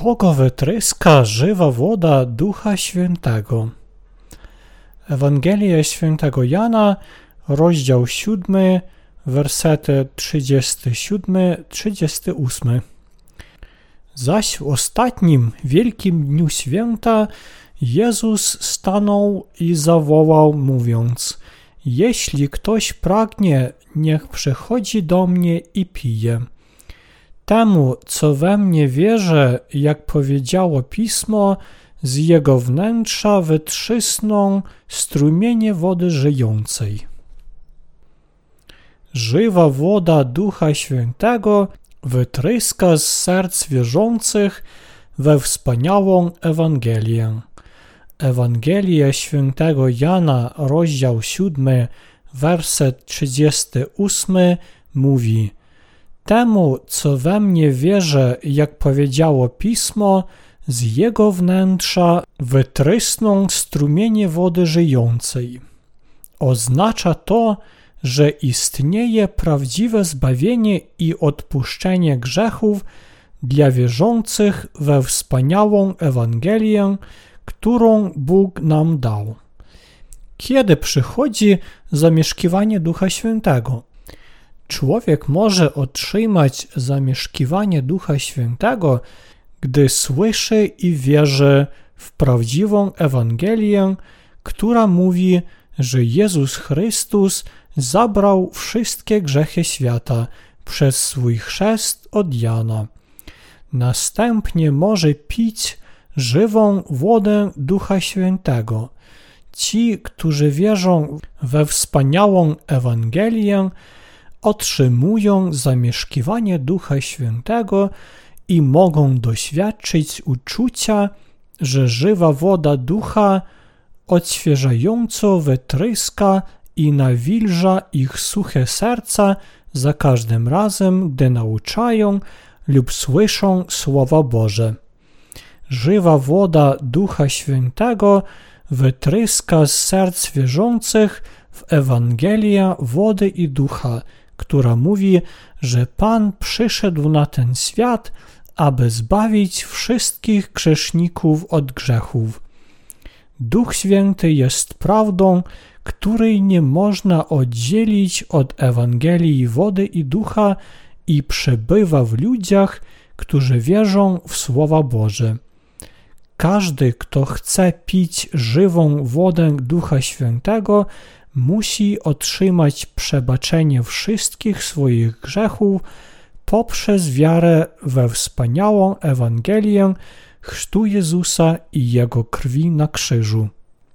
kogo wytryska żywa woda Ducha Świętego. Ewangelia Świętego Jana, rozdział 7, wersety 37-38. Zaś w ostatnim wielkim dniu święta Jezus stanął i zawołał, mówiąc: jeśli ktoś pragnie, niech przychodzi do mnie i pije. Temu, co we mnie wierzy, jak powiedziało Pismo, z jego wnętrza wytrzysną strumienie wody żyjącej. Żywa woda Ducha Świętego wytryska z serc wierzących we wspaniałą Ewangelię. Ewangelia Świętego Jana, rozdział 7, werset 38 mówi: temu, co we mnie wierzy, jak powiedziało Pismo, z jego wnętrza wytrysną strumienie wody żyjącej. Oznacza to, że istnieje prawdziwe zbawienie i odpuszczenie grzechów dla wierzących we wspaniałą Ewangelię, którą Bóg nam dał. Kiedy przychodzi zamieszkiwanie Ducha Świętego? Człowiek może otrzymać zamieszkiwanie Ducha Świętego, gdy słyszy i wierzy w prawdziwą Ewangelię, która mówi, że Jezus Chrystus zabrał wszystkie grzechy świata przez swój chrzest od Jana. Następnie może pić żywą wodę Ducha Świętego. Ci, którzy wierzą we wspaniałą Ewangelię, otrzymują zamieszkiwanie Ducha Świętego i mogą doświadczyć uczucia, że żywa woda Ducha odświeżająco wytryska i nawilża ich suche serca za każdym razem, gdy nauczają lub słyszą Słowa Boże. Żywa woda Ducha Świętego wytryska z serc wierzących w Ewangelię wody i ducha, która mówi, że Pan przyszedł na ten świat, aby zbawić wszystkich grzeszników od grzechów. Duch Święty jest prawdą, której nie można oddzielić od Ewangelii wody i ducha i przebywa w ludziach, którzy wierzą w Słowa Boże. Każdy, kto chce pić żywą wodę Ducha Świętego, musi otrzymać przebaczenie wszystkich swoich grzechów poprzez wiarę we wspaniałą Ewangelię chrztu Jezusa i Jego krwi na krzyżu.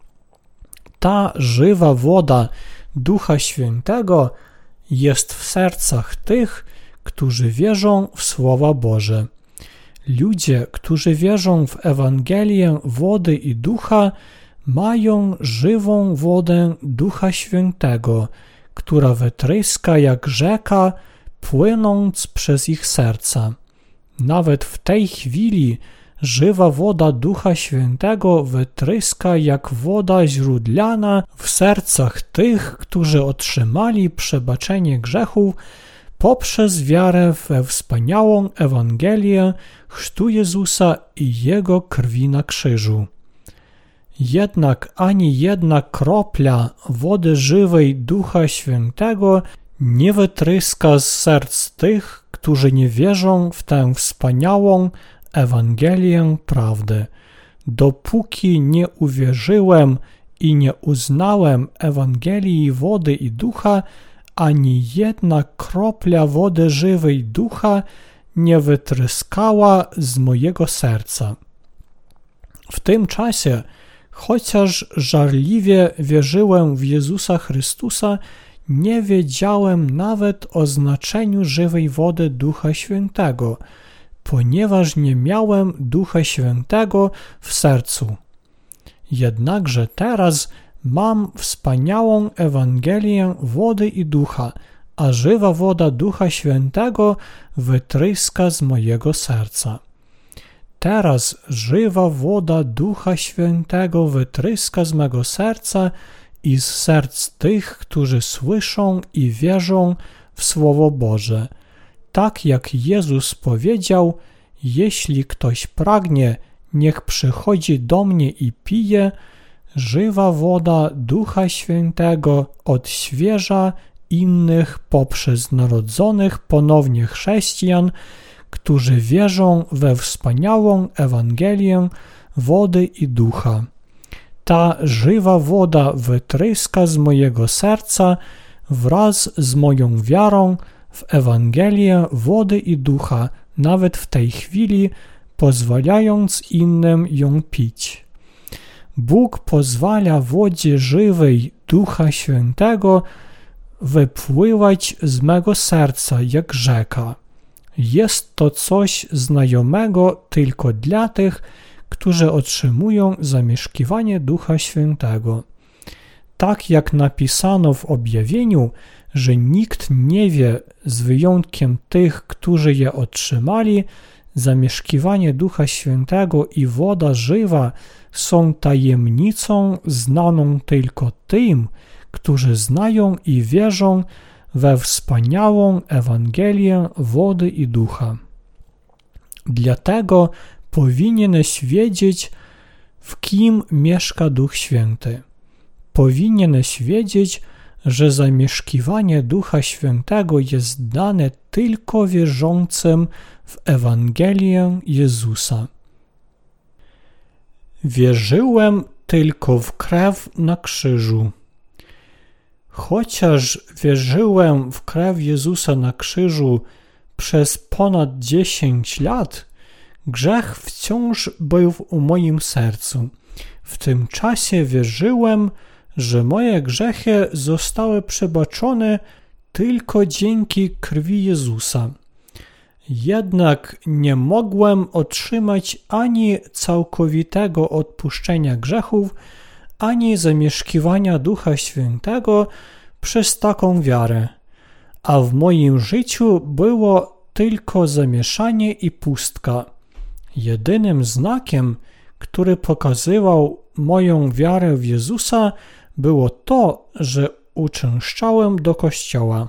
Ta żywa woda Ducha Świętego jest w sercach tych, którzy wierzą w Słowa Boże. Ludzie, którzy wierzą w Ewangelię wody i ducha, mają żywą wodę Ducha Świętego, która wytryska jak rzeka, płynąc przez ich serca. Nawet w tej chwili żywa woda Ducha Świętego wytryska jak woda źródlana w sercach tych, którzy otrzymali przebaczenie grzechów poprzez wiarę we wspaniałą Ewangelię chrztu Jezusa i Jego krwi na krzyżu. Jednak ani jedna kropla wody żywej Ducha Świętego nie wytryska z serc tych, którzy nie wierzą w tę wspaniałą Ewangelię prawdy. Dopóki nie uwierzyłem i nie uznałem Ewangelii wody i ducha, ani jedna kropla wody żywej ducha nie wytryskała z mojego serca. W tym czasie, chociaż żarliwie wierzyłem w Jezusa Chrystusa, nie wiedziałem nawet o znaczeniu żywej wody Ducha Świętego, ponieważ nie miałem Ducha Świętego w sercu. Jednakże teraz mam wspaniałą Ewangelię wody i ducha, a żywa woda Ducha Świętego wytryska z mojego serca. Teraz żywa woda Ducha Świętego wytryska z mego serca i z serc tych, którzy słyszą i wierzą w Słowo Boże. Tak jak Jezus powiedział: Jeśli ktoś pragnie, niech przychodzi do mnie i pije. Żywa woda Ducha Świętego odświeża innych poprzez narodzonych ponownie chrześcijan, którzy wierzą we wspaniałą Ewangelię wody i ducha. Ta żywa woda wytryska z mojego serca wraz z moją wiarą w Ewangelię wody i ducha, nawet w tej chwili, pozwalając innym ją pić. Bóg pozwala wodzie żywej Ducha Świętego wypływać z mego serca jak rzeka. Jest to coś znajomego tylko dla tych, którzy otrzymują zamieszkiwanie Ducha Świętego. Tak jak napisano w objawieniu, że nikt nie wie, z wyjątkiem tych, którzy je otrzymali, zamieszkiwanie Ducha Świętego i woda żywa są tajemnicą znaną tylko tym, którzy znają i wierzą we wspaniałą Ewangelię wody i ducha. Dlatego powinieneś wiedzieć, w kim mieszka Duch Święty. Powinieneś wiedzieć, że zamieszkiwanie Ducha Świętego jest dane tylko wierzącym w Ewangelię Jezusa. Wierzyłem tylko w krew na krzyżu. Chociaż wierzyłem w krew Jezusa na krzyżu przez ponad 10 lat, grzech wciąż był w moim sercu. W tym czasie wierzyłem, że moje grzechy zostały przebaczone tylko dzięki krwi Jezusa. Jednak nie mogłem otrzymać ani całkowitego odpuszczenia grzechów, ani zamieszkiwania Ducha Świętego przez taką wiarę, a w moim życiu było tylko zamieszanie i pustka. Jedynym znakiem, który pokazywał moją wiarę w Jezusa, było to, że uczęszczałem do kościoła.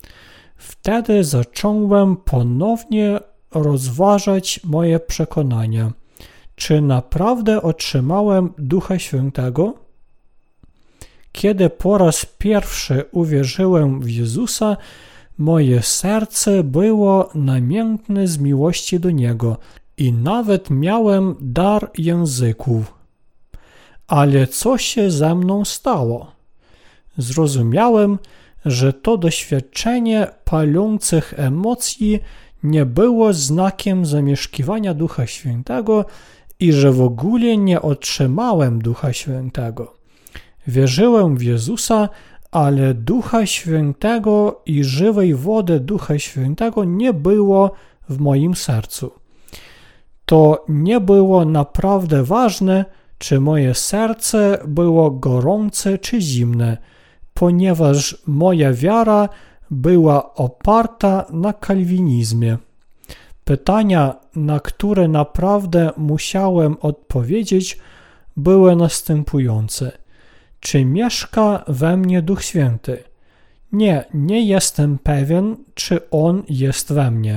Wtedy zacząłem ponownie rozważać moje przekonania. Czy naprawdę otrzymałem Ducha Świętego? Kiedy po raz pierwszy uwierzyłem w Jezusa, moje serce było namiętne z miłości do Niego i nawet miałem dar języków. Ale co się ze mną stało? Zrozumiałem, że to doświadczenie palących emocji nie było znakiem zamieszkiwania Ducha Świętego i że w ogóle nie otrzymałem Ducha Świętego. Wierzyłem w Jezusa, ale Ducha Świętego i żywej wody Ducha Świętego nie było w moim sercu. To nie było naprawdę ważne, czy moje serce było gorące czy zimne, ponieważ moja wiara była oparta na kalwinizmie. Pytania, na które naprawdę musiałem odpowiedzieć, były następujące. Czy mieszka we mnie Duch Święty? Nie jestem pewien, czy On jest we mnie.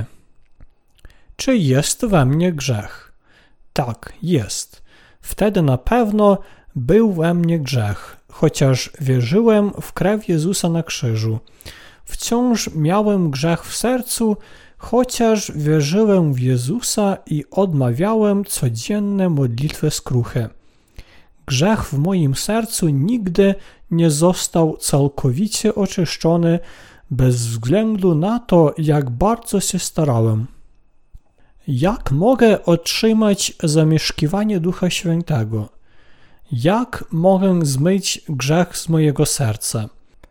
Czy jest we mnie grzech? Tak, jest. Wtedy na pewno był we mnie grzech, chociaż wierzyłem w krew Jezusa na krzyżu. Wciąż miałem grzech w sercu, chociaż wierzyłem w Jezusa i odmawiałem codzienne modlitwy skruchy. Grzech w moim sercu nigdy nie został całkowicie oczyszczony, bez względu na to, jak bardzo się starałem. Jak mogę otrzymać zamieszkiwanie Ducha Świętego? Jak mogę zmyć grzech z mojego serca?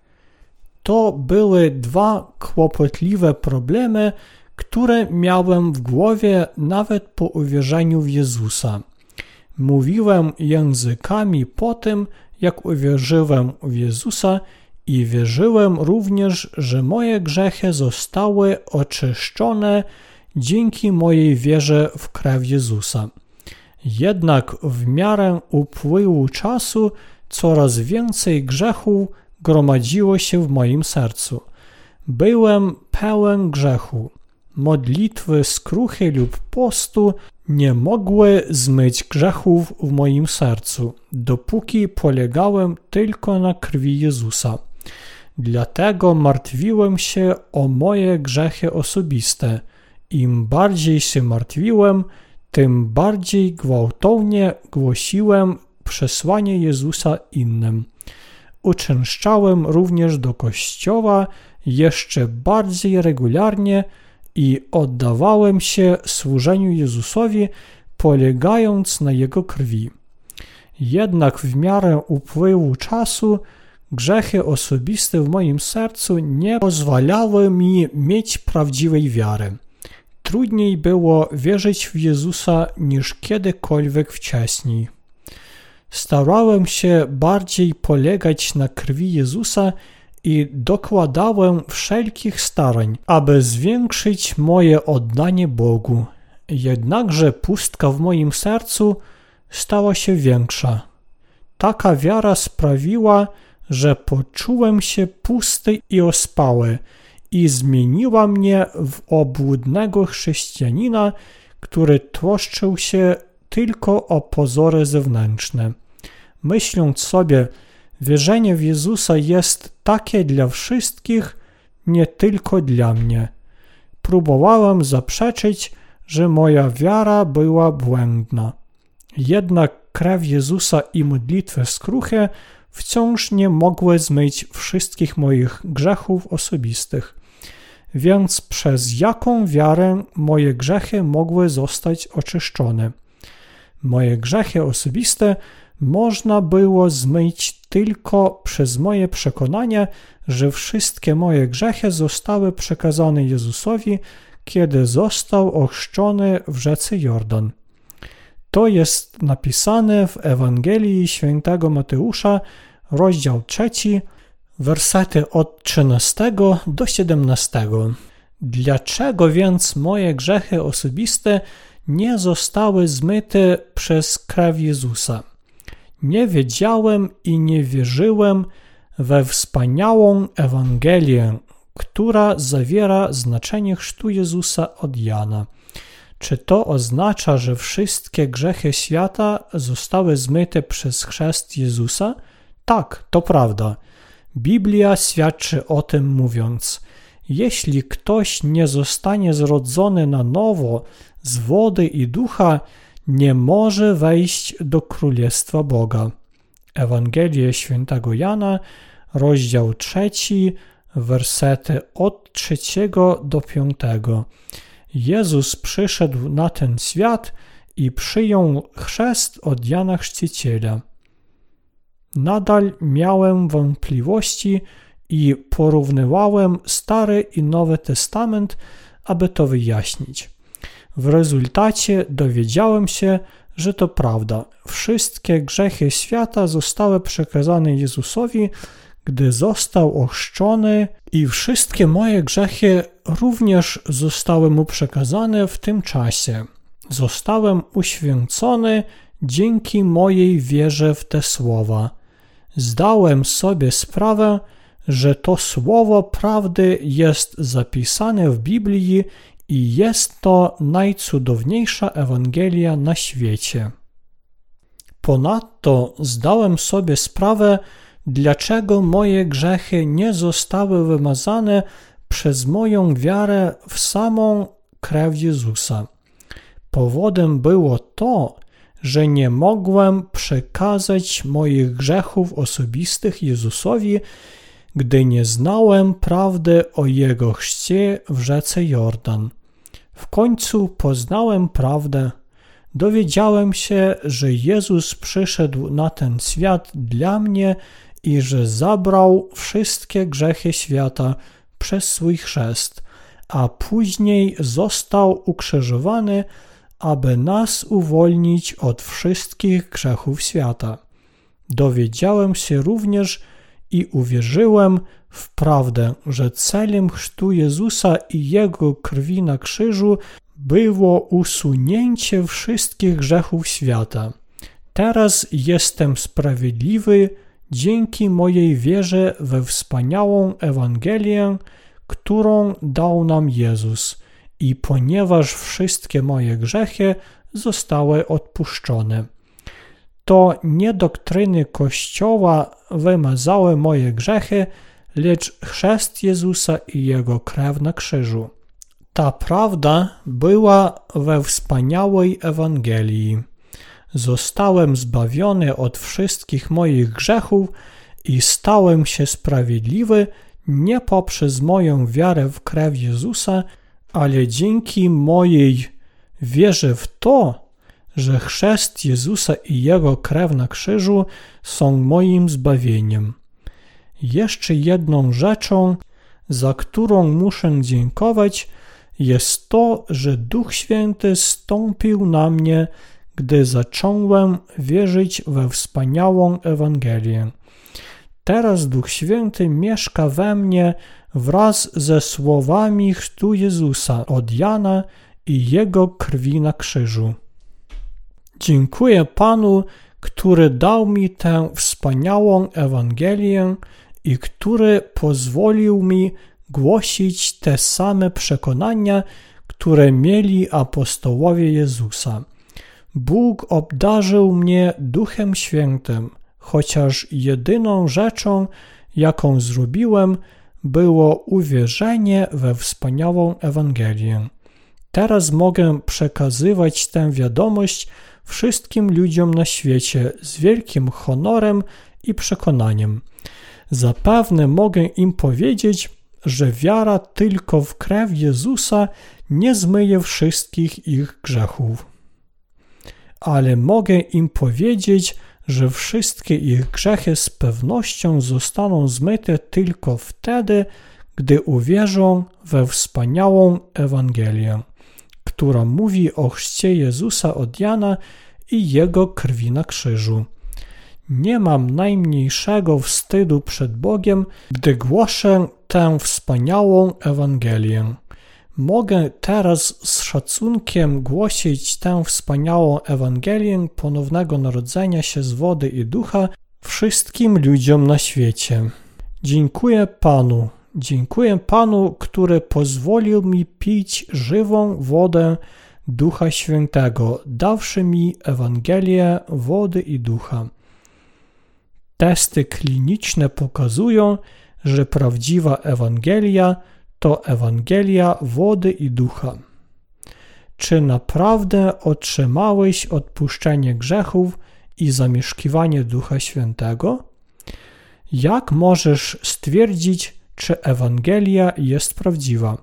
To były dwa kłopotliwe problemy, które miałem w głowie nawet po uwierzeniu w Jezusa. Mówiłem językami po tym, jak uwierzyłem w Jezusa i wierzyłem również, że moje grzechy zostały oczyszczone dzięki mojej wierze w krew Jezusa. Jednak w miarę upływu czasu coraz więcej grzechów gromadziło się w moim sercu. Byłem pełen grzechu. modlitwy, skruchy lub postu nie mogły zmyć grzechów w moim sercu, dopóki polegałem tylko na krwi Jezusa. Dlatego martwiłem się o moje grzechy osobiste. Im bardziej się martwiłem, tym bardziej gwałtownie głosiłem przesłanie Jezusa innym. Uczęszczałem również do kościoła jeszcze bardziej regularnie i oddawałem się służeniu Jezusowi, polegając na Jego krwi. Jednak w miarę upływu czasu grzechy osobiste w moim sercu nie pozwalały mi mieć prawdziwej wiary. Trudniej było wierzyć w Jezusa niż kiedykolwiek wcześniej. Starałem się bardziej polegać na krwi Jezusa i dokładałem wszelkich starań, aby zwiększyć moje oddanie Bogu. Jednakże pustka w moim sercu stała się większa. Taka wiara sprawiła, że poczułem się pusty i ospały i zmieniła mnie w obłudnego chrześcijanina, który troszczył się tylko o pozory zewnętrzne. Myśląc sobie, wierzenie w Jezusa jest takie dla wszystkich, nie tylko dla mnie. Próbowałem zaprzeczyć, że moja wiara była błędna. Jednak krew Jezusa i modlitwy skruchy wciąż nie mogły zmyć wszystkich moich grzechów osobistych. Więc przez jaką wiarę moje grzechy mogły zostać oczyszczone? Moje grzechy osobiste można było zmyć tylko przez moje przekonanie, że wszystkie moje grzechy zostały przekazane Jezusowi, kiedy został ochrzczony w rzece Jordan. To jest napisane w Ewangelii Świętego Mateusza, rozdział 3, wersety od 13 do 17. Dlaczego więc moje grzechy osobiste nie zostały zmyte przez krew Jezusa? Nie wiedziałem i nie wierzyłem we wspaniałą Ewangelię, która zawiera znaczenie chrztu Jezusa od Jana. Czy to oznacza, że wszystkie grzechy świata zostały zmyte przez chrzest Jezusa? Tak, to prawda. Biblia świadczy o tym mówiąc: jeśli ktoś nie zostanie zrodzony na nowo z wody i ducha, nie może wejść do Królestwa Boga. Ewangelia Świętego Jana, rozdział 3, wersety od 3 do 5. Jezus przyszedł na ten świat i przyjął chrzest od Jana Chrzciciela. Nadal miałem wątpliwości i porównywałem Stary i Nowy Testament, aby to wyjaśnić. W rezultacie dowiedziałem się, że to prawda. Wszystkie grzechy świata zostały przekazane Jezusowi, gdy został ochrzczony, i wszystkie moje grzechy również zostały mu przekazane w tym czasie. Zostałem uświęcony dzięki mojej wierze w te słowa. Zdałem sobie sprawę, że to słowo prawdy jest zapisane w Biblii i jest to najcudowniejsza Ewangelia na świecie. Ponadto zdałem sobie sprawę, dlaczego moje grzechy nie zostały wymazane przez moją wiarę w samą krew Jezusa. Powodem było to, że nie mogłem przekazać moich grzechów osobistych Jezusowi, gdy nie znałem prawdy o Jego chrzcie w rzece Jordan. W końcu poznałem prawdę. Dowiedziałem się, że Jezus przyszedł na ten świat dla mnie i że zabrał wszystkie grzechy świata przez swój chrzest, a później został ukrzyżowany, aby nas uwolnić od wszystkich grzechów świata. Dowiedziałem się również i uwierzyłem w prawdę, że celem chrztu Jezusa i Jego krwi na krzyżu było usunięcie wszystkich grzechów świata. Teraz jestem sprawiedliwy dzięki mojej wierze we wspaniałą Ewangelię, którą dał nam Jezus, i ponieważ wszystkie moje grzechy zostały odpuszczone. To nie doktryny Kościoła wymazały moje grzechy, lecz chrzest Jezusa i Jego krew na krzyżu. Ta prawda była we wspaniałej Ewangelii. Zostałem zbawiony od wszystkich moich grzechów i stałem się sprawiedliwy nie poprzez moją wiarę w krew Jezusa, ale dzięki mojej wierze w to, że chrzest Jezusa i Jego krew na krzyżu są moim zbawieniem. Jeszcze jedną rzeczą, za którą muszę dziękować, jest to, że Duch Święty zstąpił na mnie, gdy zacząłem wierzyć we wspaniałą Ewangelię. Teraz Duch Święty mieszka we mnie wraz ze słowami chrztu Jezusa od Jana i Jego krwi na krzyżu. Dziękuję Panu, który dał mi tę wspaniałą Ewangelię i który pozwolił mi głosić te same przekonania, które mieli apostołowie Jezusa. Bóg obdarzył mnie Duchem Świętym, chociaż jedyną rzeczą, jaką zrobiłem, było uwierzenie we wspaniałą Ewangelię. Teraz mogę przekazywać tę wiadomość wszystkim ludziom na świecie z wielkim honorem i przekonaniem. Zapewne mogę im powiedzieć, że wiara tylko w krew Jezusa nie zmyje wszystkich ich grzechów. Ale mogę im powiedzieć, że wszystkie ich grzechy z pewnością zostaną zmyte tylko wtedy, gdy uwierzą we wspaniałą Ewangelię, która mówi o chrzcie Jezusa od Jana i Jego krwi na krzyżu. Nie mam najmniejszego wstydu przed Bogiem, gdy głoszę tę wspaniałą Ewangelię. Mogę teraz z szacunkiem głosić tę wspaniałą Ewangelię ponownego narodzenia się z wody i ducha wszystkim ludziom na świecie. Dziękuję Panu, który pozwolił mi pić żywą wodę Ducha Świętego, dawszy mi Ewangelię wody i ducha. Testy kliniczne pokazują, że prawdziwa Ewangelia to Ewangelia wody i ducha. Czy naprawdę otrzymałeś odpuszczenie grzechów i zamieszkiwanie Ducha Świętego? Jak możesz stwierdzić, czy Ewangelia jest prawdziwa?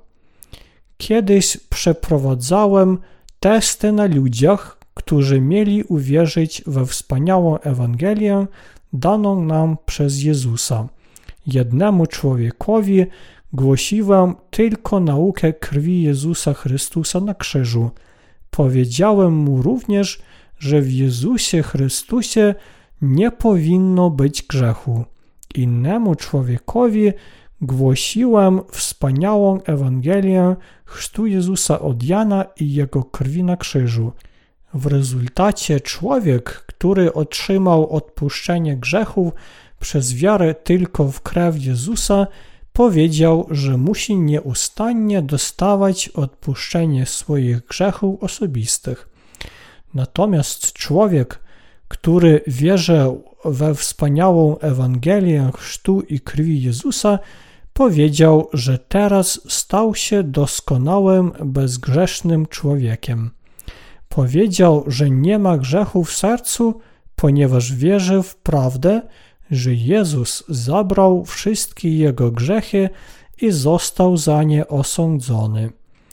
Kiedyś przeprowadzałem testy na ludziach, którzy mieli uwierzyć we wspaniałą Ewangelię daną nam przez Jezusa. Jednemu człowiekowi głosiłem tylko naukę krwi Jezusa Chrystusa na krzyżu. Powiedziałem mu również, że w Jezusie Chrystusie nie powinno być grzechu. Innemu człowiekowi głosiłem wspaniałą Ewangelię chrztu Jezusa od Jana i Jego krwi na krzyżu. W rezultacie człowiek, który otrzymał odpuszczenie grzechów przez wiarę tylko w krew Jezusa, powiedział, że musi nieustannie dostawać odpuszczenie swoich grzechów osobistych. Natomiast człowiek, który wierzył we wspaniałą Ewangelię chrztu i krwi Jezusa, powiedział, że teraz stał się doskonałym, bezgrzesznym człowiekiem. Powiedział, że nie ma grzechu w sercu, ponieważ wierzy w prawdę, że Jezus zabrał wszystkie jego grzechy i został za nie osądzony.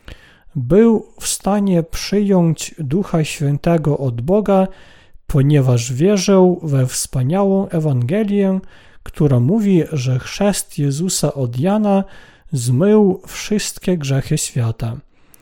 Był w stanie przyjąć Ducha Świętego od Boga, ponieważ wierzył we wspaniałą Ewangelię, która mówi, że chrzest Jezusa od Jana zmył wszystkie grzechy świata.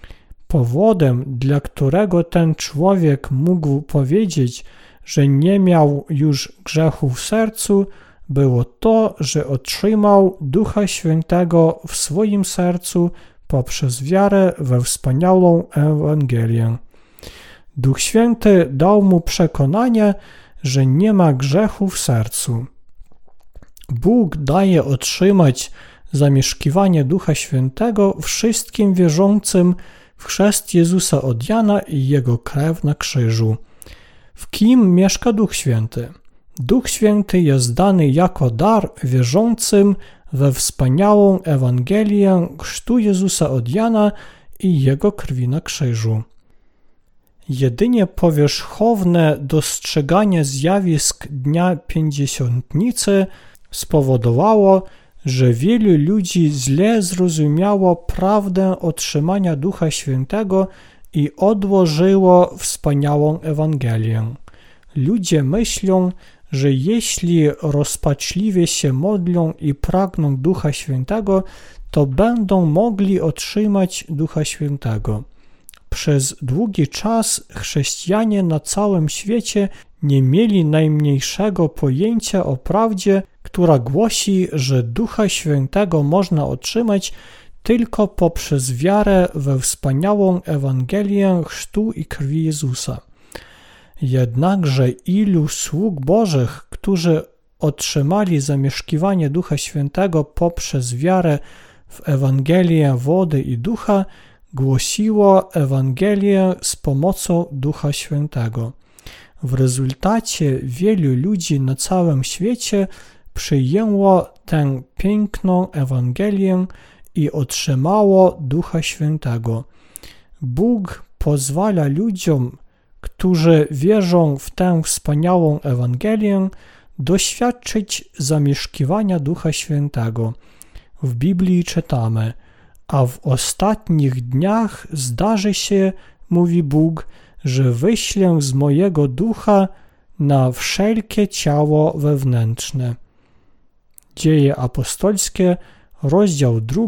Powodem, dla którego ten człowiek mógł powiedzieć, że nie miał już grzechu w sercu, było to, że otrzymał Ducha Świętego w swoim sercu poprzez wiarę we wspaniałą Ewangelię. Duch Święty dał mu przekonanie, że nie ma grzechu w sercu. Bóg daje otrzymać zamieszkiwanie Ducha Świętego wszystkim wierzącym w chrzest Jezusa od Jana i Jego krew na krzyżu. W kim mieszka Duch Święty? Duch Święty jest dany jako dar wierzącym we wspaniałą Ewangelię chrztu Jezusa od Jana i Jego krwi na krzyżu. Jedynie powierzchowne dostrzeganie zjawisk Dnia Pięćdziesiątnicy spowodowało, że wielu ludzi źle zrozumiało prawdę otrzymania Ducha Świętego i odłożyło wspaniałą Ewangelię. Ludzie myślą, że jeśli rozpaczliwie się modlą i pragną Ducha Świętego, to będą mogli otrzymać Ducha Świętego. Przez długi czas chrześcijanie na całym świecie nie mieli najmniejszego pojęcia o prawdzie, która głosi, że Ducha Świętego można otrzymać tylko poprzez wiarę we wspaniałą Ewangelię chrztu i krwi Jezusa. Jednakże ilu sług Bożych, którzy otrzymali zamieszkiwanie Ducha Świętego poprzez wiarę w Ewangelię wody i ducha, głosiło Ewangelię z pomocą Ducha Świętego. W rezultacie wielu ludzi na całym świecie przyjęło tę piękną Ewangelię i otrzymało Ducha Świętego. Bóg pozwala ludziom, którzy wierzą w tę wspaniałą Ewangelię, doświadczyć zamieszkiwania Ducha Świętego. W Biblii czytamy: a w ostatnich dniach zdarzy się, mówi Bóg, że wyślę z mojego ducha na wszelkie ciało wewnętrzne. Dzieje apostolskie, rozdział 2,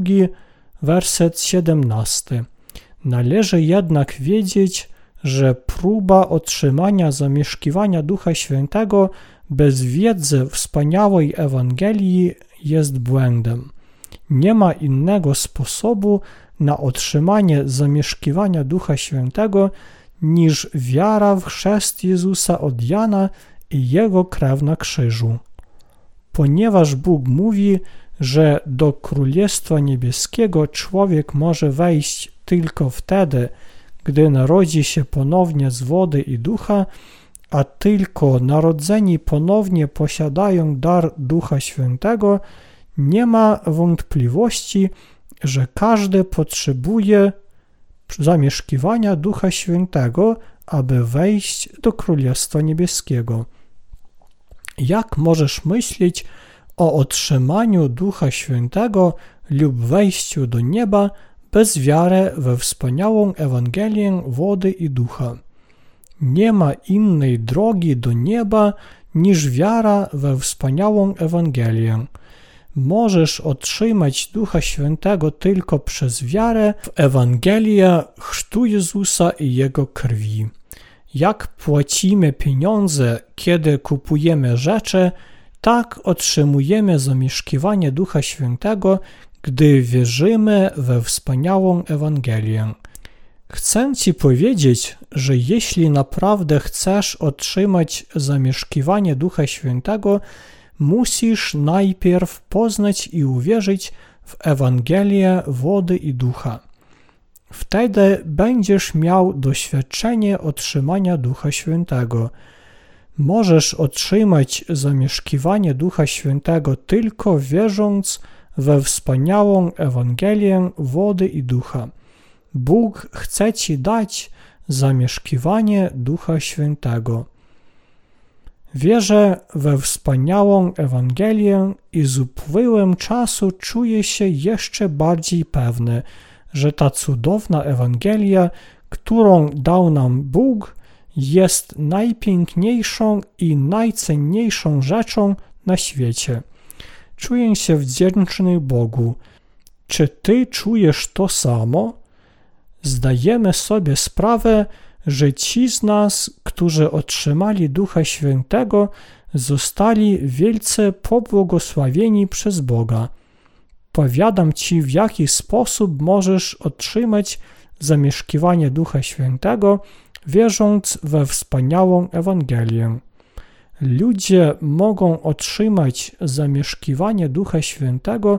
werset 17. Należy jednak wiedzieć, że próba otrzymania zamieszkiwania Ducha Świętego bez wiedzy wspaniałej Ewangelii jest błędem. Nie ma innego sposobu na otrzymanie zamieszkiwania Ducha Świętego niż wiara w chrzest Jezusa od Jana i Jego krew na krzyżu. Ponieważ Bóg mówi, że do Królestwa Niebieskiego człowiek może wejść tylko wtedy, gdy narodzi się ponownie z wody i ducha, a tylko narodzeni ponownie posiadają dar Ducha Świętego, nie ma wątpliwości, że każdy potrzebuje zamieszkiwania Ducha Świętego, aby wejść do Królestwa Niebieskiego. Jak możesz myśleć o otrzymaniu Ducha Świętego lub wejściu do nieba bez wiary we wspaniałą Ewangelię wody i ducha? Nie ma innej drogi do nieba niż wiara we wspaniałą Ewangelię. Możesz otrzymać Ducha Świętego tylko przez wiarę w Ewangelię chrztu Jezusa i Jego krwi. Jak płacimy pieniądze, kiedy kupujemy rzeczy, tak otrzymujemy zamieszkiwanie Ducha Świętego, gdy wierzymy we wspaniałą Ewangelię. Chcę Ci powiedzieć, że jeśli naprawdę chcesz otrzymać zamieszkiwanie Ducha Świętego, musisz najpierw poznać i uwierzyć w Ewangelię wody i ducha. Wtedy będziesz miał doświadczenie otrzymania Ducha Świętego. Możesz otrzymać zamieszkiwanie Ducha Świętego tylko wierząc we wspaniałą Ewangelię wody i ducha. Bóg chce Ci dać zamieszkiwanie Ducha Świętego. Wierzę we wspaniałą Ewangelię i z upływem czasu czuję się jeszcze bardziej pewny, że ta cudowna Ewangelia, którą dał nam Bóg, jest najpiękniejszą i najcenniejszą rzeczą na świecie. Czuję się wdzięczny Bogu. Czy Ty czujesz to samo? Zdajemy sobie sprawę, że ci z nas, którzy otrzymali Ducha Świętego, zostali wielce pobłogosławieni przez Boga. Powiadam Ci, w jaki sposób możesz otrzymać zamieszkiwanie Ducha Świętego, wierząc we wspaniałą Ewangelię. Ludzie mogą otrzymać zamieszkiwanie Ducha Świętego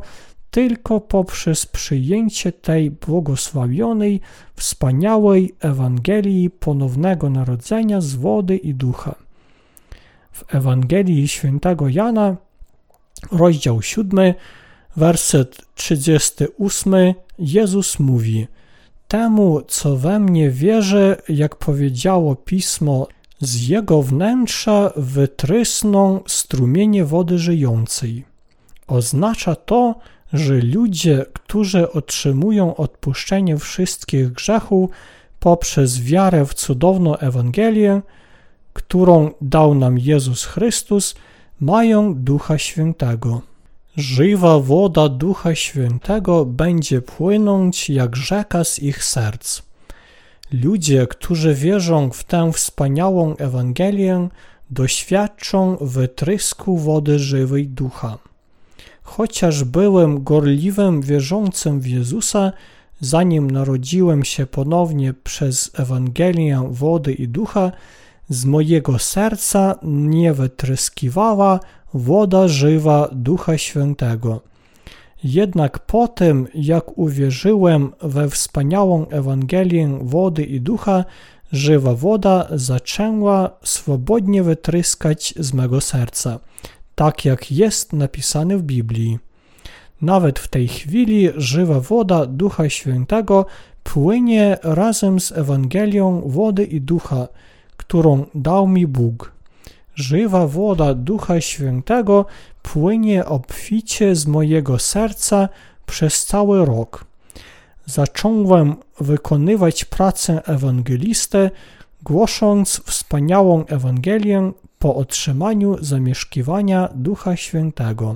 tylko poprzez przyjęcie tej błogosławionej, wspaniałej Ewangelii ponownego narodzenia z wody i ducha. W Ewangelii Świętego Jana, rozdział 7, werset 38, Jezus mówi: temu, co we mnie wierzy, jak powiedziało Pismo, z jego wnętrza wytrysną strumienie wody żyjącej. Oznacza to, że ludzie, którzy otrzymują odpuszczenie wszystkich grzechów poprzez wiarę w cudowną Ewangelię, którą dał nam Jezus Chrystus, mają Ducha Świętego. Żywa woda Ducha Świętego będzie płynąć jak rzeka z ich serc. Ludzie, którzy wierzą w tę wspaniałą Ewangelię, doświadczą wytrysku wody żywej Ducha. Chociaż byłem gorliwym wierzącym w Jezusa, zanim narodziłem się ponownie przez Ewangelię wody i ducha, z mojego serca nie wytryskiwała woda żywa Ducha Świętego. Jednak po tym, jak uwierzyłem we wspaniałą Ewangelię wody i ducha, żywa woda zaczęła swobodnie wytryskać z mego serca, tak jak jest napisane w Biblii. Nawet w tej chwili żywa woda Ducha Świętego płynie razem z Ewangelią wody i ducha, którą dał mi Bóg. Żywa woda Ducha Świętego płynie obficie z mojego serca przez cały rok. Zacząłem wykonywać pracę ewangelisty, głosząc wspaniałą Ewangelię po otrzymaniu zamieszkiwania Ducha Świętego.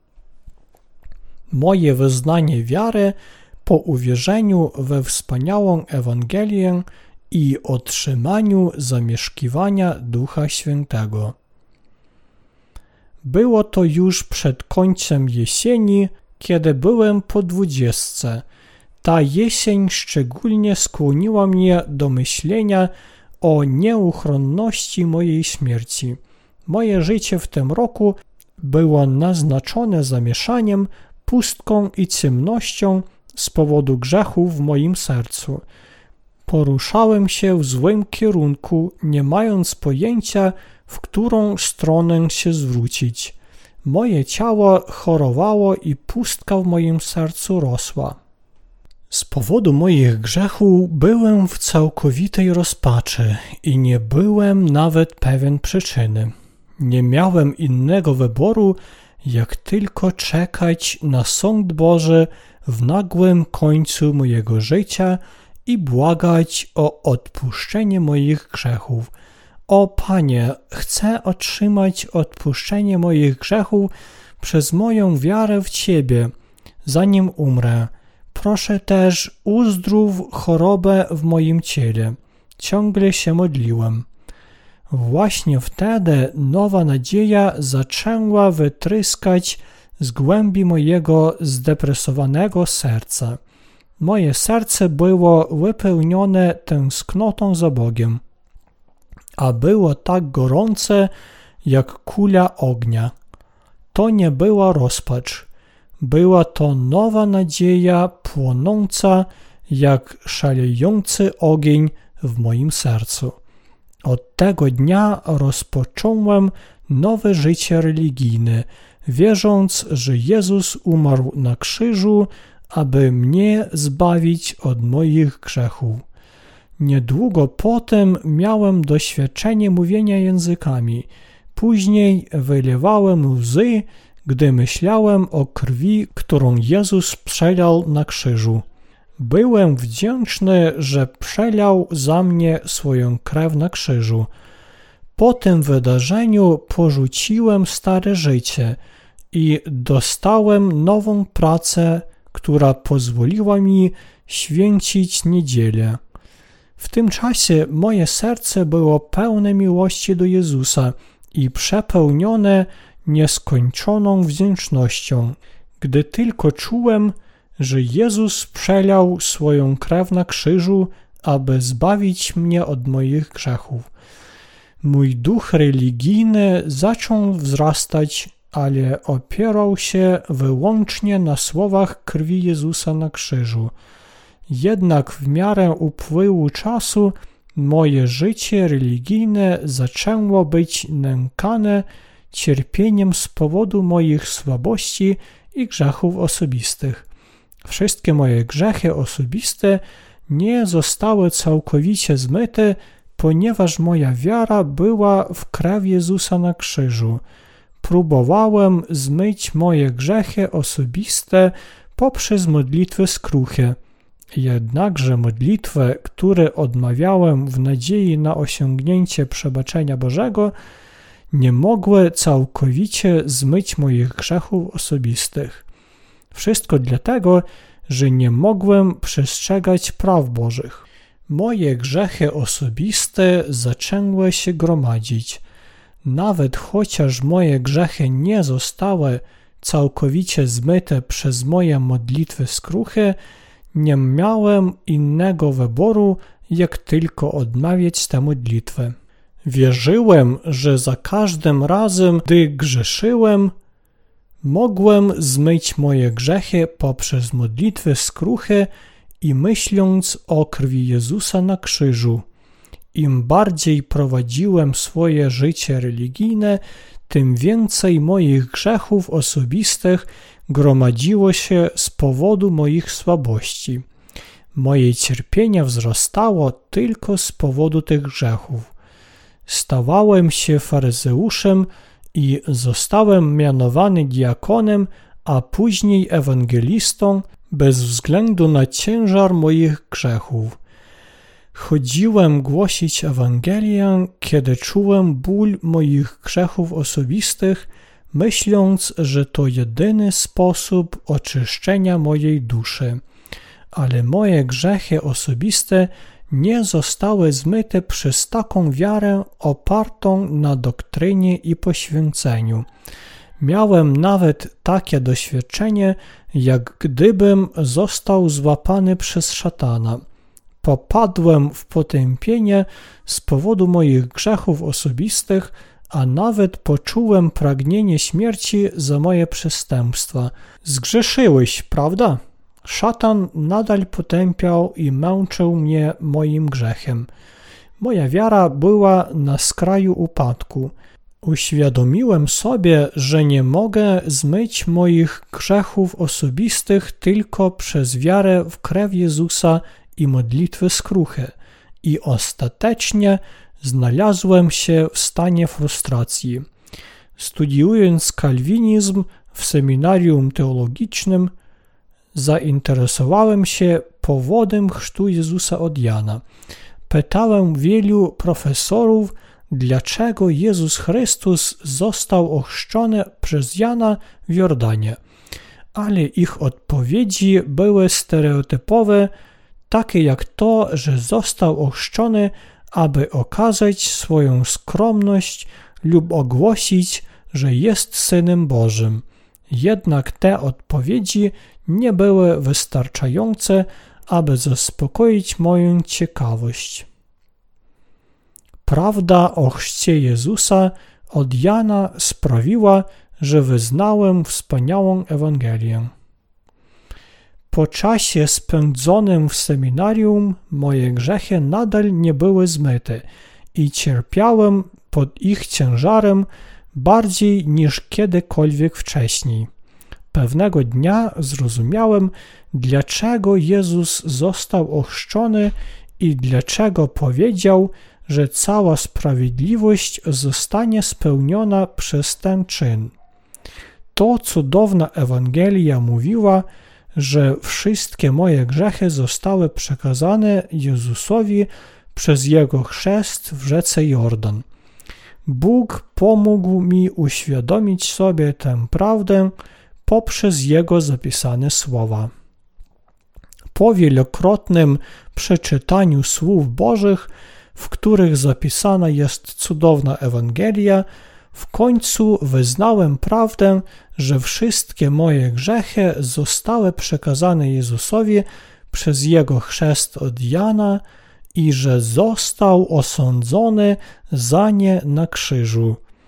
Moje wyznanie wiary po uwierzeniu we wspaniałą Ewangelię i otrzymaniu zamieszkiwania Ducha Świętego. Było to już przed końcem jesieni, kiedy byłem po 20. Ta jesień szczególnie skłoniła mnie do myślenia o nieuchronności mojej śmierci. Moje życie w tym roku było naznaczone zamieszaniem, pustką i ciemnością z powodu grzechów w moim sercu. Poruszałem się w złym kierunku, nie mając pojęcia, w którą stronę się zwrócić. Moje ciało chorowało i pustka w moim sercu rosła. Z powodu moich grzechów byłem w całkowitej rozpaczy i nie byłem nawet pewien przyczyny. Nie miałem innego wyboru, jak tylko czekać na sąd Boży w nagłym końcu mojego życia i błagać o odpuszczenie moich grzechów. O Panie, chcę otrzymać odpuszczenie moich grzechów przez moją wiarę w Ciebie, zanim umrę. Proszę też uzdrów chorobę w moim ciele. Ciągle się modliłem. Właśnie wtedy nowa nadzieja zaczęła wytryskać z głębi mojego zdepresowanego serca. Moje serce było wypełnione tęsknotą za Bogiem, a było tak gorące jak kula ognia. To nie była rozpacz. Była to nowa nadzieja płonąca jak szalejący ogień w moim sercu. Od tego dnia rozpocząłem nowe życie religijne, wierząc, że Jezus umarł na krzyżu, aby mnie zbawić od moich grzechów. Niedługo potem miałem doświadczenie mówienia językami. Później wylewałem łzy, gdy myślałem o krwi, którą Jezus przelał na krzyżu. Byłem wdzięczny, że przelał za mnie swoją krew na krzyżu. Po tym wydarzeniu porzuciłem stare życie i dostałem nową pracę, która pozwoliła mi święcić niedzielę. W tym czasie moje serce było pełne miłości do Jezusa i przepełnione nieskończoną wdzięcznością, gdy tylko czułem, że Jezus przelał swoją krew na krzyżu, aby zbawić mnie od moich grzechów. Mój duch religijny zaczął wzrastać ale opierał się wyłącznie na słowach krwi Jezusa na krzyżu. Jednak w miarę upływu czasu moje życie religijne zaczęło być nękane cierpieniem z powodu moich słabości i grzechów osobistych. Wszystkie moje grzechy osobiste nie zostały całkowicie zmyte, ponieważ moja wiara była w krew Jezusa na krzyżu. Próbowałem zmyć moje grzechy osobiste poprzez modlitwy skruchy. Jednakże modlitwy, które odmawiałem w nadziei na osiągnięcie przebaczenia Bożego, nie mogły całkowicie zmyć moich grzechów osobistych. Wszystko dlatego, że nie mogłem przestrzegać praw Bożych. Moje grzechy osobiste zaczęły się gromadzić. Nawet chociaż moje grzechy nie zostały całkowicie zmyte przez moje modlitwy skruchy, nie miałem innego wyboru, jak tylko odmawiać te modlitwy. Wierzyłem, że za każdym razem, gdy grzeszyłem, mogłem zmyć moje grzechy poprzez modlitwy skruchy i myśląc o krwi Jezusa na krzyżu. Im bardziej prowadziłem swoje życie religijne, tym więcej moich grzechów osobistych gromadziło się z powodu moich słabości. Moje cierpienie wzrastało tylko z powodu tych grzechów. Stawałem się faryzeuszem i zostałem mianowany diakonem, a później ewangelistą bez względu na ciężar moich grzechów. Chodziłem głosić Ewangelię, kiedy czułem ból moich grzechów osobistych, myśląc, że to jedyny sposób oczyszczenia mojej duszy. Ale moje grzechy osobiste nie zostały zmyte przez taką wiarę opartą na doktrynie i poświęceniu. Miałem nawet takie doświadczenie, jak gdybym został złapany przez szatana. Popadłem w potępienie z powodu moich grzechów osobistych, a nawet poczułem pragnienie śmierci za moje przestępstwa. Zgrzeszyłeś, prawda? Szatan nadal potępiał i męczył mnie moim grzechem. Moja wiara była na skraju upadku. Uświadomiłem sobie, że nie mogę zmyć moich grzechów osobistych tylko przez wiarę w krew Jezusa i modlitwy skruchy i ostatecznie znalazłem się w stanie frustracji. Studiując kalwinizm w seminarium teologicznym, zainteresowałem się powodem chrztu Jezusa od Jana. Pytałem wielu profesorów, dlaczego Jezus Chrystus został ochrzczony przez Jana w Jordanie, ale ich odpowiedzi były stereotypowe, takie jak to, że został ochrzczony, aby okazać swoją skromność lub ogłosić, że jest Synem Bożym. Jednak te odpowiedzi nie były wystarczające, aby zaspokoić moją ciekawość. Prawda o chrzcie Jezusa od Jana sprawiła, że wyznałem wspaniałą Ewangelię. Po czasie spędzonym w seminarium moje grzechy nadal nie były zmyte i cierpiałem pod ich ciężarem bardziej niż kiedykolwiek wcześniej. Pewnego dnia zrozumiałem, dlaczego Jezus został ochrzczony i dlaczego powiedział, że cała sprawiedliwość zostanie spełniona przez ten czyn. To cudowna Ewangelia mówiła, że wszystkie moje grzechy zostały przekazane Jezusowi przez Jego chrzest w rzece Jordan. Bóg pomógł mi uświadomić sobie tę prawdę poprzez Jego zapisane słowa. Po wielokrotnym przeczytaniu słów Bożych, w których zapisana jest cudowna Ewangelia, w końcu wyznałem prawdę, że wszystkie moje grzechy zostały przekazane Jezusowi przez Jego chrzest od Jana i że został osądzony za nie na krzyżu.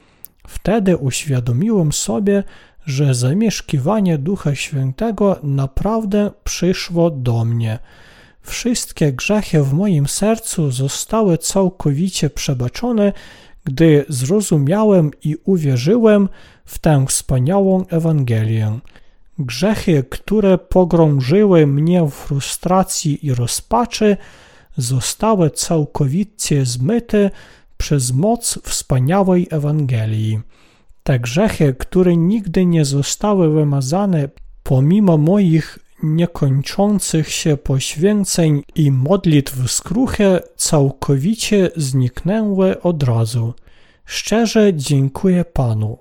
Wtedy uświadomiłem sobie, że zamieszkiwanie Ducha Świętego naprawdę przyszło do mnie. Wszystkie grzechy w moim sercu zostały całkowicie przebaczone, gdy zrozumiałem i uwierzyłem w tę wspaniałą Ewangelię. Grzechy, które pogrążyły mnie w frustracji i rozpaczy, zostały całkowicie zmyte przez moc wspaniałej Ewangelii. Te grzechy, które nigdy nie zostały wymazane pomimo moich niekończących się poświęceń i modlitw skruchy, całkowicie zniknęły od razu. Szczerze dziękuję Panu.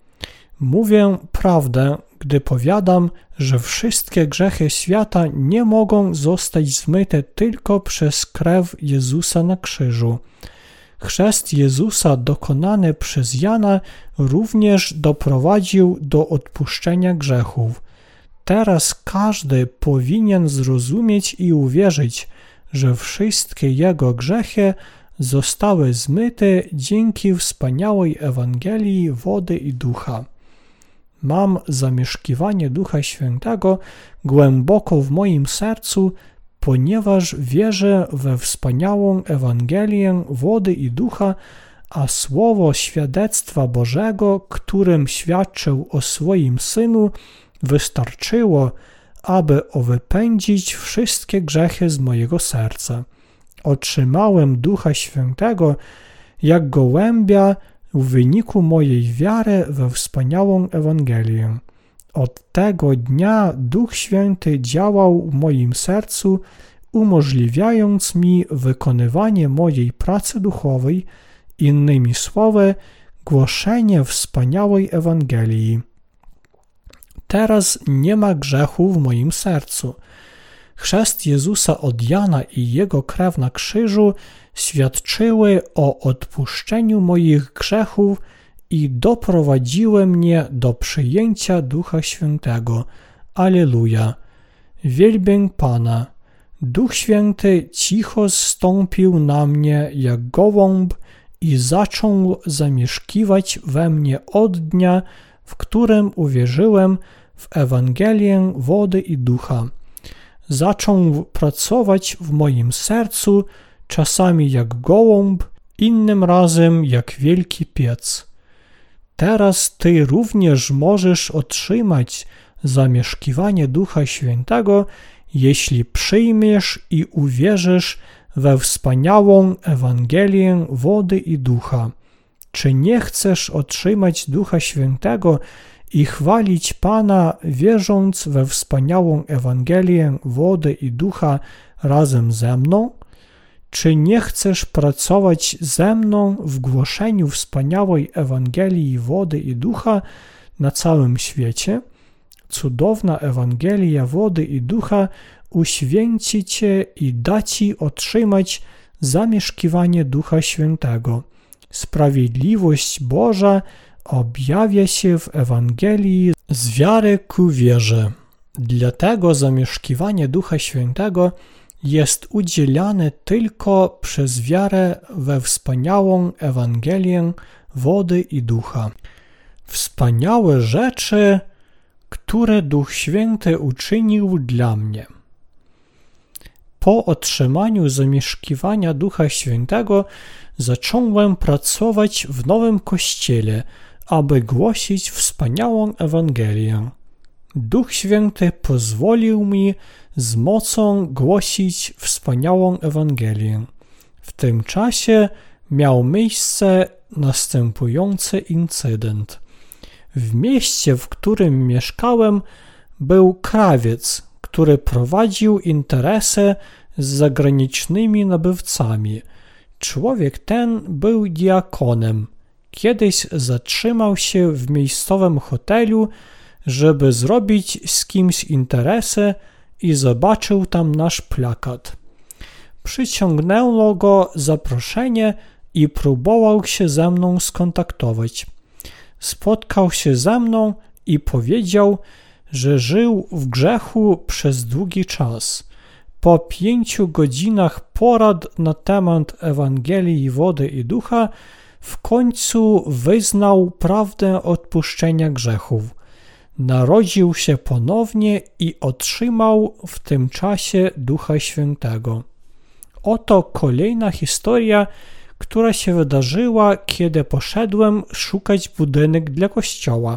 Mówię prawdę, gdy powiadam, że wszystkie grzechy świata nie mogą zostać zmyte tylko przez krew Jezusa na krzyżu. Chrzest Jezusa dokonany przez Jana również doprowadził do odpuszczenia grzechów. Teraz każdy powinien zrozumieć i uwierzyć, że wszystkie jego grzechy zostały zmyte dzięki wspaniałej Ewangelii wody i ducha. Mam zamieszkiwanie Ducha Świętego głęboko w moim sercu, ponieważ wierzę we wspaniałą Ewangelię wody i ducha, a słowo świadectwa Bożego, którym świadczył o swoim Synu, wystarczyło, aby wypędzić wszystkie grzechy z mojego serca. Otrzymałem Ducha Świętego jak gołębia w wyniku mojej wiary we wspaniałą Ewangelię. Od tego dnia Duch Święty działał w moim sercu, umożliwiając mi wykonywanie mojej pracy duchowej, innymi słowy, głoszenie wspaniałej Ewangelii. Teraz nie ma grzechu w moim sercu. Chrzest Jezusa od Jana i Jego krew na krzyżu świadczyły o odpuszczeniu moich grzechów i doprowadziły mnie do przyjęcia Ducha Świętego. Alleluja! Wielbię Pana! Duch Święty cicho zstąpił na mnie jak gołąb i zaczął zamieszkiwać we mnie od dnia, w którym uwierzyłem w Ewangelię wody i ducha. Zaczął pracować w moim sercu, czasami jak gołąb, innym razem jak wielki piec. Teraz Ty również możesz otrzymać zamieszkiwanie Ducha Świętego, jeśli przyjmiesz i uwierzysz we wspaniałą Ewangelię wody i ducha. Czy nie chcesz otrzymać Ducha Świętego i chwalić Pana, wierząc we wspaniałą Ewangelię wody i ducha razem ze mną? Czy nie chcesz pracować ze mną w głoszeniu wspaniałej Ewangelii wody i ducha na całym świecie? Cudowna Ewangelia wody i ducha uświęci Cię i da Ci otrzymać zamieszkiwanie Ducha Świętego. Sprawiedliwość Boża objawia się w Ewangelii z wiary ku wierze. Dlatego zamieszkiwanie Ducha Świętego jest udzielane tylko przez wiarę we wspaniałą Ewangelię wody i ducha. Wspaniałe rzeczy, które Duch Święty uczynił dla mnie. Po otrzymaniu zamieszkiwania Ducha Świętego zacząłem pracować w nowym kościele, aby głosić wspaniałą Ewangelię. Duch Święty pozwolił mi z mocą głosić wspaniałą Ewangelię. W tym czasie miał miejsce następujący incydent. W mieście, w którym mieszkałem, był krawiec, który prowadził interesy z zagranicznymi nabywcami. Człowiek ten był diakonem. Kiedyś zatrzymał się w miejscowym hotelu, żeby zrobić z kimś interesy i zobaczył tam nasz plakat. Przyciągnęło go zaproszenie i próbował się ze mną skontaktować. Spotkał się ze mną i powiedział, że żył w grzechu przez długi czas. Po 5 godzinach porad na temat Ewangelii wody i ducha w końcu wyznał prawdę odpuszczenia grzechów. Narodził się ponownie i otrzymał w tym czasie Ducha Świętego. Oto kolejna historia, która się wydarzyła, kiedy poszedłem szukać budynek dla kościoła.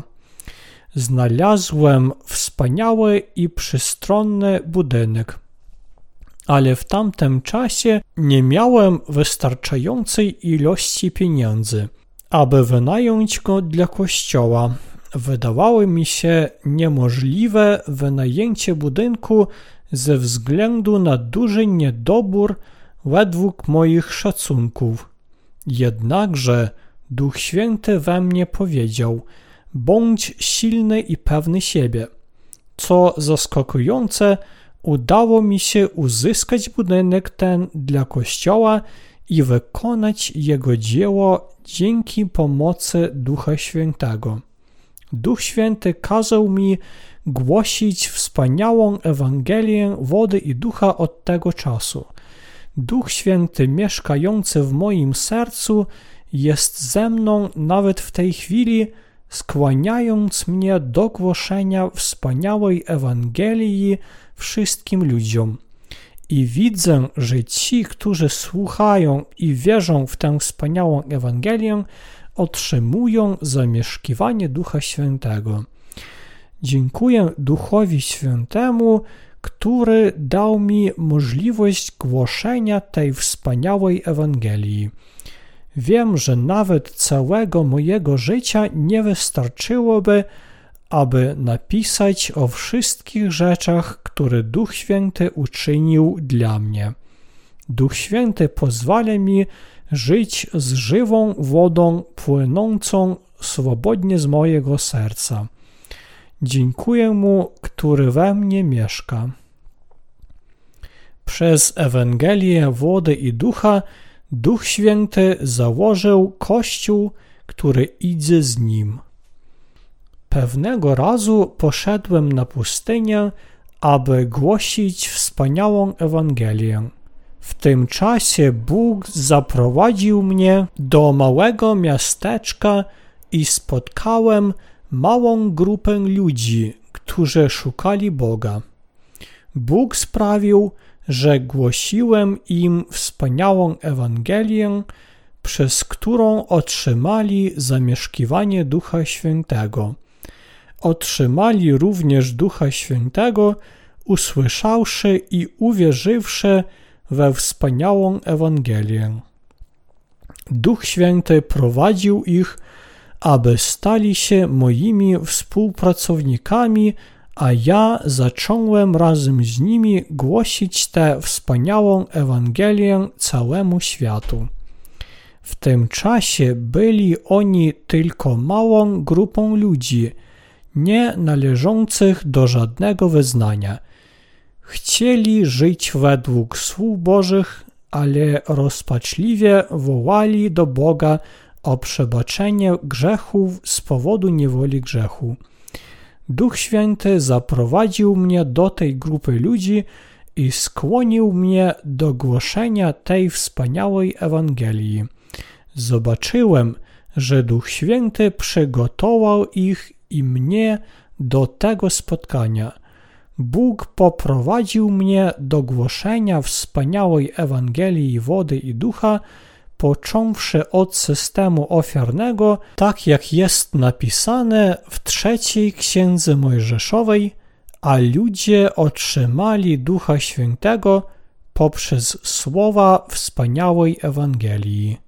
Znalazłem wspaniały i przystronny budynek, ale w tamtym czasie nie miałem wystarczającej ilości pieniędzy, aby wynająć go dla kościoła. Wydawało mi się niemożliwe wynajęcie budynku ze względu na duży niedobór według moich szacunków. Jednakże Duch Święty we mnie powiedział: bądź silny i pewny siebie. Co zaskakujące, udało mi się uzyskać budynek ten dla kościoła i wykonać jego dzieło dzięki pomocy Ducha Świętego. Duch Święty kazał mi głosić wspaniałą Ewangelię wody i ducha od tego czasu. Duch Święty mieszkający w moim sercu jest ze mną nawet w tej chwili, skłaniając mnie do głoszenia wspaniałej Ewangelii wszystkim ludziom. I widzę, że ci, którzy słuchają i wierzą w tę wspaniałą Ewangelię, otrzymują zamieszkiwanie Ducha Świętego. Dziękuję Duchowi Świętemu, który dał mi możliwość głoszenia tej wspaniałej Ewangelii. Wiem, że nawet całego mojego życia nie wystarczyłoby, aby napisać o wszystkich rzeczach, które Duch Święty uczynił dla mnie. Duch Święty pozwala mi żyć z żywą wodą płynącą swobodnie z mojego serca. Dziękuję Mu, który we mnie mieszka. Przez Ewangelię wody i ducha Duch Święty założył Kościół, który idzie z Nim. Pewnego razu poszedłem na pustynię, aby głosić wspaniałą Ewangelię. W tym czasie Bóg zaprowadził mnie do małego miasteczka i spotkałem małą grupę ludzi, którzy szukali Boga. Bóg sprawił, że głosiłem im wspaniałą Ewangelię, przez którą otrzymali zamieszkiwanie Ducha Świętego. Otrzymali również Ducha Świętego, usłyszawszy i uwierzywszy we wspaniałą Ewangelię. Duch Święty prowadził ich, aby stali się moimi współpracownikami, a ja zacząłem razem z nimi głosić tę wspaniałą Ewangelię całemu światu. W tym czasie byli oni tylko małą grupą ludzi, nie należących do żadnego wyznania. Chcieli żyć według słów Bożych, ale rozpaczliwie wołali do Boga o przebaczenie grzechów z powodu niewoli grzechu. Duch Święty zaprowadził mnie do tej grupy ludzi i skłonił mnie do głoszenia tej wspaniałej Ewangelii. Zobaczyłem, że Duch Święty przygotował ich i mnie do tego spotkania. Bóg poprowadził mnie do głoszenia wspaniałej Ewangelii wody i ducha, począwszy od systemu ofiarnego, tak jak jest napisane w 3 Księdze Mojżeszowej, a ludzie otrzymali Ducha Świętego poprzez słowa wspaniałej Ewangelii.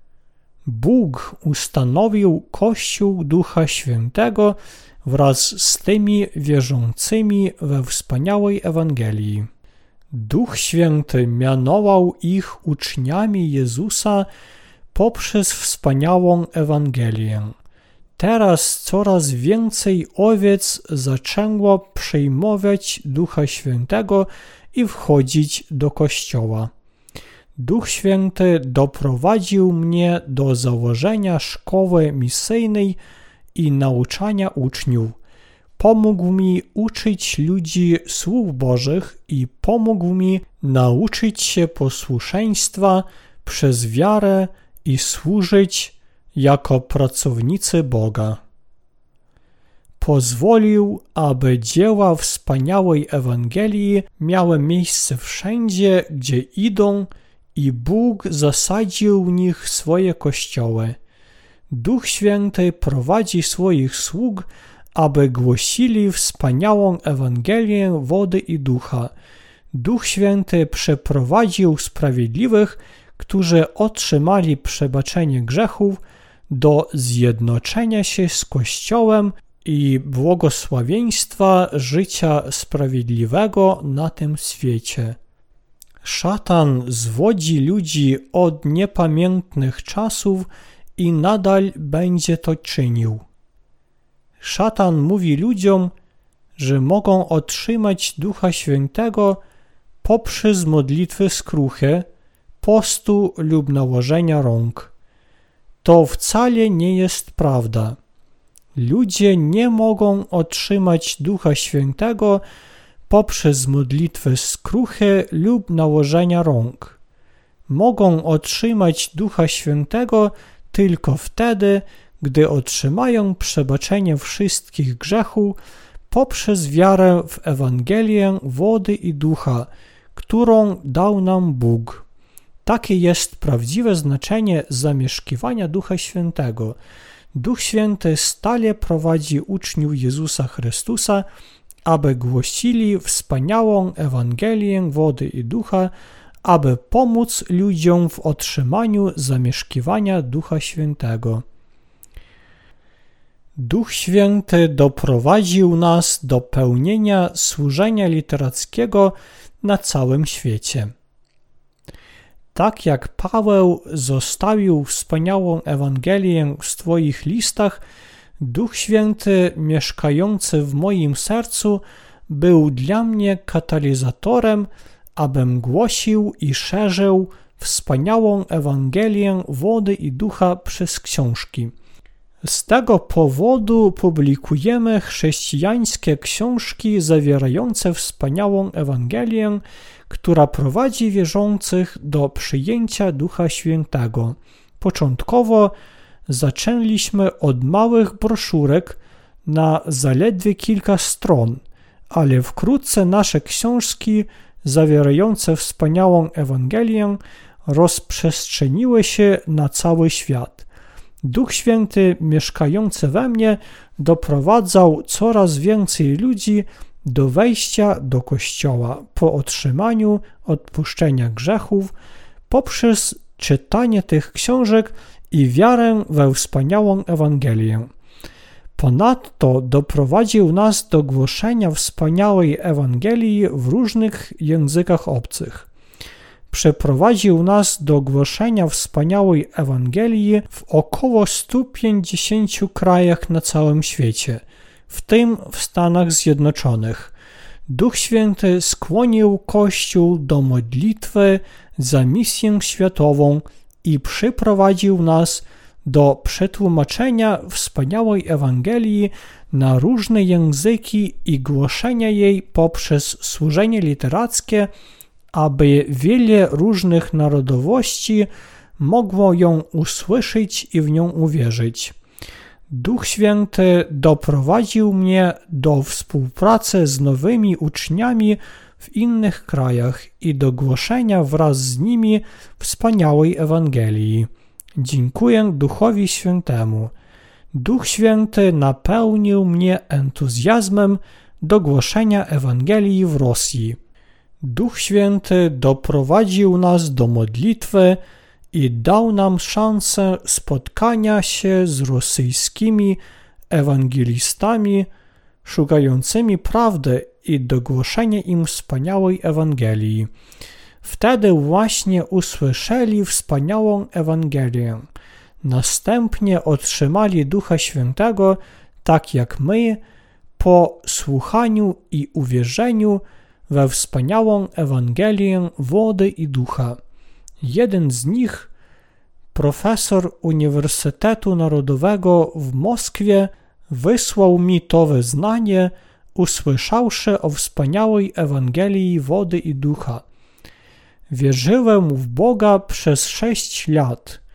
Bóg ustanowił Kościół Ducha Świętego wraz z tymi wierzącymi we wspaniałej Ewangelii. Duch Święty mianował ich uczniami Jezusa poprzez wspaniałą Ewangelię. Teraz coraz więcej owiec zaczęło przyjmować Ducha Świętego i wchodzić do Kościoła. Duch Święty doprowadził mnie do założenia szkoły misyjnej i nauczania uczniów. Pomógł mi uczyć ludzi słów Bożych i pomógł mi nauczyć się posłuszeństwa przez wiarę i służyć jako pracownicy Boga. Pozwolił, aby dzieła wspaniałej Ewangelii miały miejsce wszędzie, gdzie idą, i Bóg zasadził w nich swoje kościoły. Duch Święty prowadzi swoich sług, aby głosili wspaniałą Ewangelię wody i ducha. Duch Święty przeprowadził sprawiedliwych, którzy otrzymali przebaczenie grzechów, do zjednoczenia się z Kościołem i błogosławieństwa życia sprawiedliwego na tym świecie. Szatan zwodzi ludzi od niepamiętnych czasów i nadal będzie to czynił. Szatan mówi ludziom, że mogą otrzymać Ducha Świętego poprzez modlitwy skruchy, postu lub nałożenia rąk. To wcale nie jest prawda. Ludzie nie mogą otrzymać Ducha Świętego poprzez modlitwy skruchy lub nałożenia rąk. Mogą otrzymać Ducha Świętego tylko wtedy, gdy otrzymają przebaczenie wszystkich grzechów poprzez wiarę w Ewangelię wody i ducha, którą dał nam Bóg. Takie jest prawdziwe znaczenie zamieszkiwania Ducha Świętego. Duch Święty stale prowadzi uczniów Jezusa Chrystusa, aby głosili wspaniałą Ewangelię wody i ducha, aby pomóc ludziom w otrzymaniu zamieszkiwania Ducha Świętego. Duch Święty doprowadził nas do pełnienia służenia literackiego na całym świecie. Tak jak Paweł zostawił wspaniałą Ewangelię w swoich listach, Duch Święty mieszkający w moim sercu był dla mnie katalizatorem, abym głosił i szerzył wspaniałą Ewangelię wody i ducha przez książki. Z tego powodu publikujemy chrześcijańskie książki zawierające wspaniałą Ewangelię, która prowadzi wierzących do przyjęcia Ducha Świętego. Początkowo zaczęliśmy od małych broszurek na zaledwie kilka stron, ale wkrótce nasze książki zawierające wspaniałą Ewangelię rozprzestrzeniły się na cały świat. Duch Święty mieszkający we mnie doprowadzał coraz więcej ludzi do wejścia do Kościoła po otrzymaniu odpuszczenia grzechów poprzez czytanie tych książek i wiarę we wspaniałą Ewangelię. Ponadto doprowadził nas do głoszenia wspaniałej Ewangelii w różnych językach obcych. Przeprowadził nas do głoszenia wspaniałej Ewangelii w około 150 krajach na całym świecie, w tym w Stanach Zjednoczonych. Duch Święty skłonił Kościół do modlitwy za misję światową i przyprowadził nas do przetłumaczenia wspaniałej Ewangelii na różne języki i głoszenia jej poprzez służenie literackie, aby wiele różnych narodowości mogło ją usłyszeć i w nią uwierzyć. Duch Święty doprowadził mnie do współpracy z nowymi uczniami w innych krajach i do głoszenia wraz z nimi wspaniałej Ewangelii. Dziękuję Duchowi Świętemu. Duch Święty napełnił mnie entuzjazmem do głoszenia Ewangelii w Rosji. Duch Święty doprowadził nas do modlitwy i dał nam szansę spotkania się z rosyjskimi ewangelistami szukającymi prawdy i do głoszenia im wspaniałej Ewangelii. Wtedy właśnie usłyszeli wspaniałą Ewangelię. Następnie otrzymali Ducha Świętego, tak jak my, po słuchaniu i uwierzeniu we wspaniałą Ewangelię wody i ducha. Jeden z nich, profesor Uniwersytetu Narodowego w Moskwie, wysłał mi to wyznanie, usłyszawszy o wspaniałej Ewangelii wody i ducha. Wierzyłem w Boga przez 6 lat,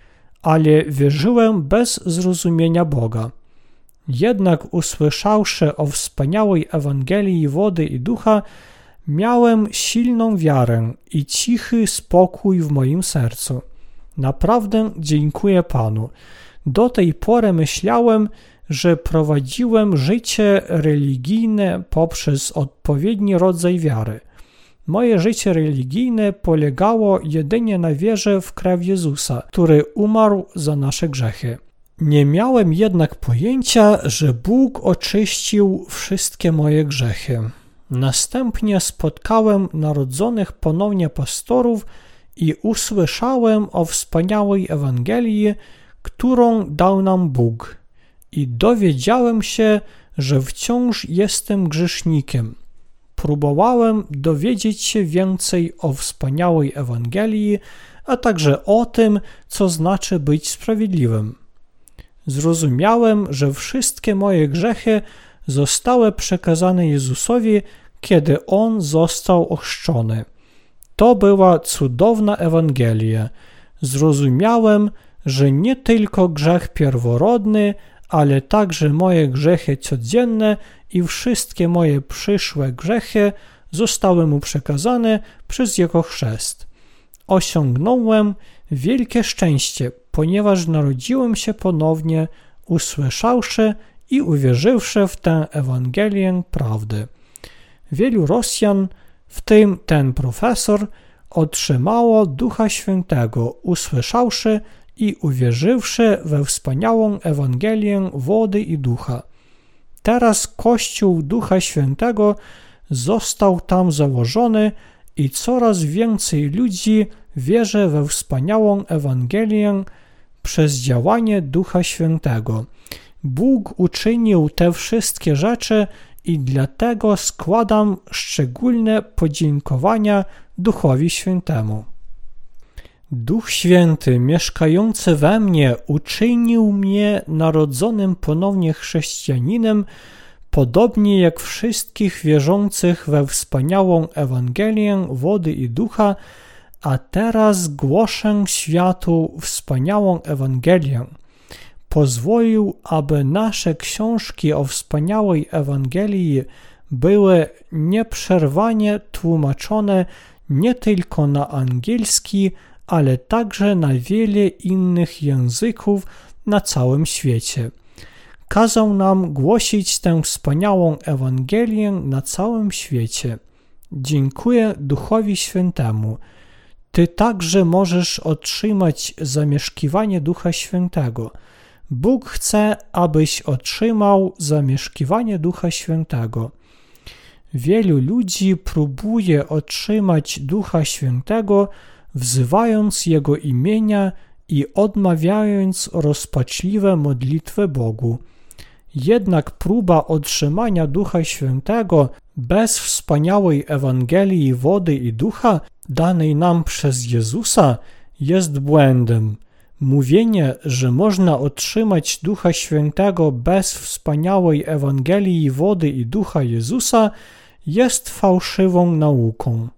ale wierzyłem bez zrozumienia Boga. Jednak usłyszawszy o wspaniałej Ewangelii wody i ducha, miałem silną wiarę i cichy spokój w moim sercu. Naprawdę dziękuję Panu. Do tej pory myślałem, że prowadziłem życie religijne poprzez odpowiedni rodzaj wiary. Moje życie religijne polegało jedynie na wierze w krew Jezusa, który umarł za nasze grzechy. Nie miałem jednak pojęcia, że Bóg oczyścił wszystkie moje grzechy. Następnie spotkałem narodzonych ponownie pastorów i usłyszałem o wspaniałej Ewangelii, którą dał nam Bóg. I dowiedziałem się, że wciąż jestem grzesznikiem. Próbowałem dowiedzieć się więcej o wspaniałej Ewangelii, a także o tym, co znaczy być sprawiedliwym. Zrozumiałem, że wszystkie moje grzechy zostały przekazane Jezusowi, kiedy On został ochrzczony. To była cudowna Ewangelia. Zrozumiałem, że nie tylko grzech pierworodny, ale także moje grzechy codzienne i wszystkie moje przyszłe grzechy zostały Mu przekazane przez Jego chrzest. Osiągnąłem wielkie szczęście, ponieważ narodziłem się ponownie, usłyszawszy i uwierzywszy w tę Ewangelię prawdy. Wielu Rosjan, w tym ten profesor, otrzymało Ducha Świętego, usłyszawszy i uwierzywszy we wspaniałą Ewangelię wody i ducha. Teraz Kościół Ducha Świętego został tam założony i coraz więcej ludzi wierzy we wspaniałą Ewangelię przez działanie Ducha Świętego. Bóg uczynił te wszystkie rzeczy i dlatego składam szczególne podziękowania Duchowi Świętemu. Duch Święty mieszkający we mnie uczynił mnie narodzonym ponownie chrześcijaninem, podobnie jak wszystkich wierzących we wspaniałą Ewangelię wody i ducha, a teraz głoszę światu wspaniałą Ewangelię. Pozwolił, aby nasze książki o wspaniałej Ewangelii były nieprzerwanie tłumaczone nie tylko na angielski, ale także na wiele innych języków na całym świecie. Kazał nam głosić tę wspaniałą Ewangelię na całym świecie. Dziękuję Duchowi Świętemu. Ty także możesz otrzymać zamieszkiwanie Ducha Świętego. Bóg chce, abyś otrzymał zamieszkiwanie Ducha Świętego. Wielu ludzi próbuje otrzymać Ducha Świętego, wzywając Jego imienia i odmawiając rozpaczliwe modlitwy Bogu. Jednak próba otrzymania Ducha Świętego bez wspaniałej Ewangelii wody i ducha danej nam przez Jezusa jest błędem. Mówienie, że można otrzymać Ducha Świętego bez wspaniałej Ewangelii wody i ducha Jezusa jest fałszywą nauką.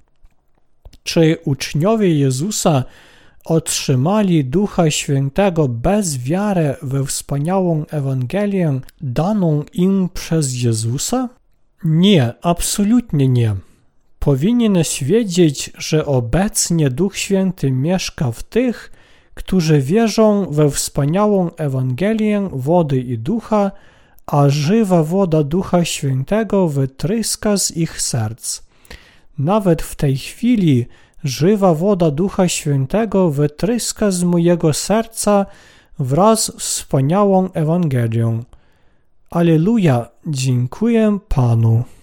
Czy uczniowie Jezusa otrzymali Ducha Świętego bez wiary we wspaniałą Ewangelię daną im przez Jezusa? Nie, absolutnie nie. Powinieneś wiedzieć, że obecnie Duch Święty mieszka w tych, którzy wierzą we wspaniałą Ewangelię wody i ducha, a żywa woda Ducha Świętego wytryska z ich serc. Nawet w tej chwili żywa woda Ducha Świętego wytryska z mojego serca wraz z wspaniałą Ewangelią. Alleluja, dziękuję Panu.